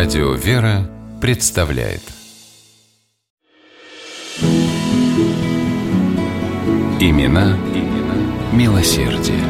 Радио «Вера» представляет Имена милосердия.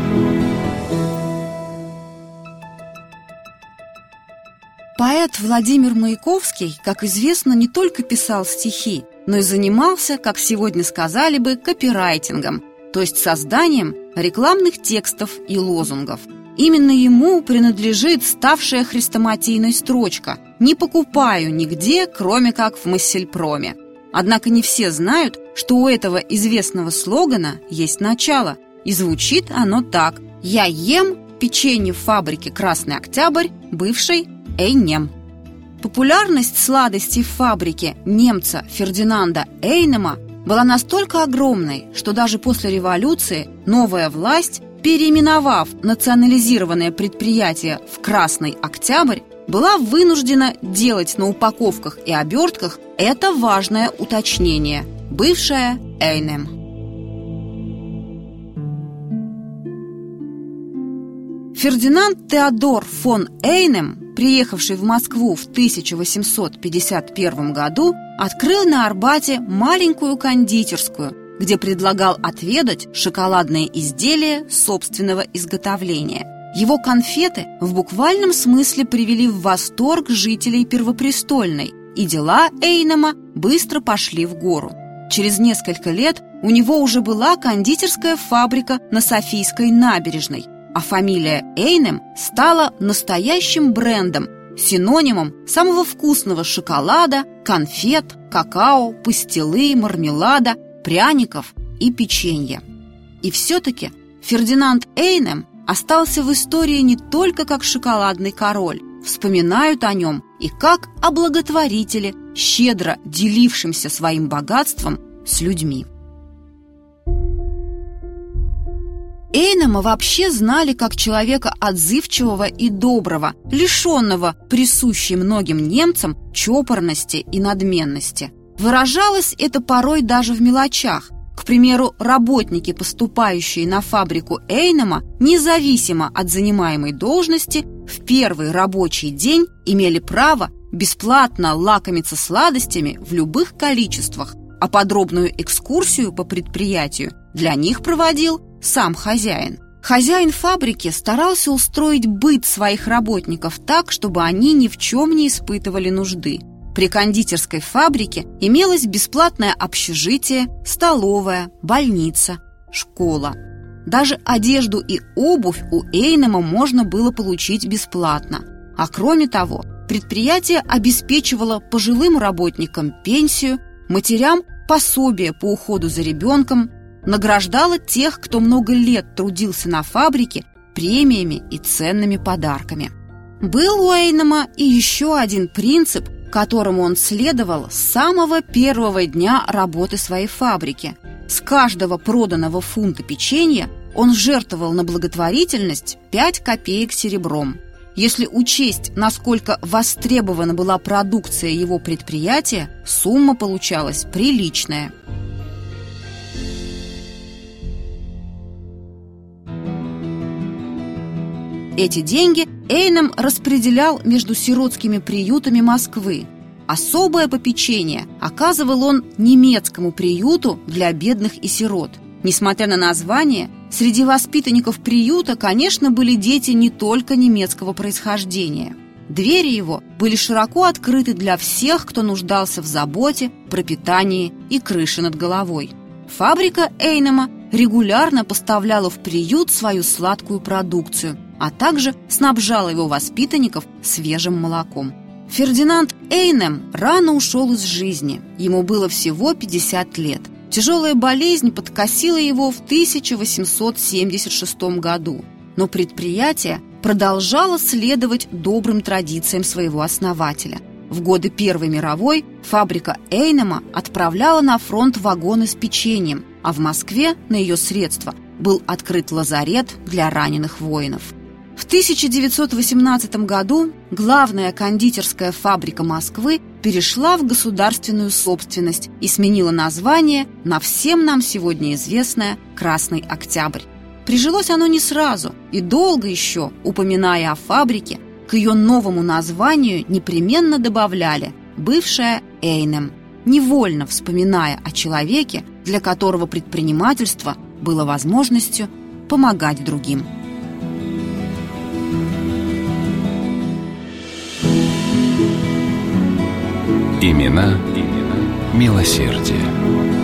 Поэт Владимир Маяковский, как известно, не только писал стихи, но и занимался, как сегодня сказали бы, копирайтингом, то есть созданием рекламных текстов и лозунгов. Именно ему принадлежит ставшая хрестоматийной строчка «Не покупаю нигде, кроме как в Массельпроме». Однако не все знают, что у этого известного слогана есть начало, и звучит оно так: «Я ем печенье в фабрике «Красный Октябрь», бывшей Эйнем». Популярность сладостей в фабрике немца Фердинанда Эйнема была настолько огромной, что даже после революции новая власть, переименовав национализированное предприятие в «Красный Октябрь», была вынуждена делать на упаковках и обертках это важное уточнение – бывшая Эйнем. Фердинанд Теодор фон Эйнем, приехавший в Москву в 1851 году, открыл на Арбате маленькую кондитерскую, где предлагал отведать шоколадные изделия собственного изготовления. Его конфеты в буквальном смысле привели в восторг жителей Первопрестольной, и дела Эйнема быстро пошли в гору. Через несколько лет у него уже была кондитерская фабрика на Софийской набережной, а фамилия Эйнем стала настоящим брендом, синонимом самого вкусного шоколада, конфет, какао, пастилы, мармелада, пряников и печенья. И все-таки Фердинанд Эйнем остался в истории не только как шоколадный король. Вспоминают о нем и как о благотворителе, щедро делившемся своим богатством с людьми. Эйнема вообще знали как человека отзывчивого и доброго, лишенного присущей многим немцам чопорности и надменности. Выражалось это порой даже в мелочах. К примеру, работники, поступающие на фабрику Эйнема, независимо от занимаемой должности, в первый рабочий день имели право бесплатно лакомиться сладостями в любых количествах, а подробную экскурсию по предприятию для них проводил сам хозяин. Хозяин фабрики старался устроить быт своих работников так, чтобы они ни в чем не испытывали нужды. При кондитерской фабрике имелось бесплатное общежитие, столовая, больница, школа. Даже одежду и обувь у Эйнема можно было получить бесплатно. А кроме того, предприятие обеспечивало пожилым работникам пенсию, матерям пособие по уходу за ребенком, награждало тех, кто много лет трудился на фабрике, премиями и ценными подарками. Был у Эйнема и еще один принцип, которому он следовал с самого первого дня работы своей фабрики. С каждого проданного фунта печенья он жертвовал на благотворительность 5 копеек серебром. Если учесть, насколько востребована была продукция его предприятия, сумма получалась приличная. Эти деньги Эйнем распределял между сиротскими приютами Москвы. Особое попечение оказывал он немецкому приюту для бедных и сирот. Несмотря на название, среди воспитанников приюта, конечно, были дети не только немецкого происхождения. Двери его были широко открыты для всех, кто нуждался в заботе, пропитании и крыше над головой. Фабрика Эйнема регулярно поставляла в приют свою сладкую продукцию, а также снабжала его воспитанников свежим молоком. Фердинанд Эйнем рано ушел из жизни, ему было всего 50 лет. Тяжелая болезнь подкосила его в 1876 году, но предприятие продолжало следовать добрым традициям своего основателя. В годы Первой мировой фабрика Эйнема отправляла на фронт вагоны с печеньем, а в Москве на ее средства был открыт лазарет для раненых воинов. В 1918 году главная кондитерская фабрика Москвы перешла в государственную собственность и сменила название на всем нам сегодня известное «Красный Октябрь». Прижилось оно не сразу, и долго еще, упоминая о фабрике, к ее новому названию непременно добавляли бывшая Эйнем, невольно вспоминая о человеке, для которого предпринимательство было возможностью помогать другим. Имена милосердия.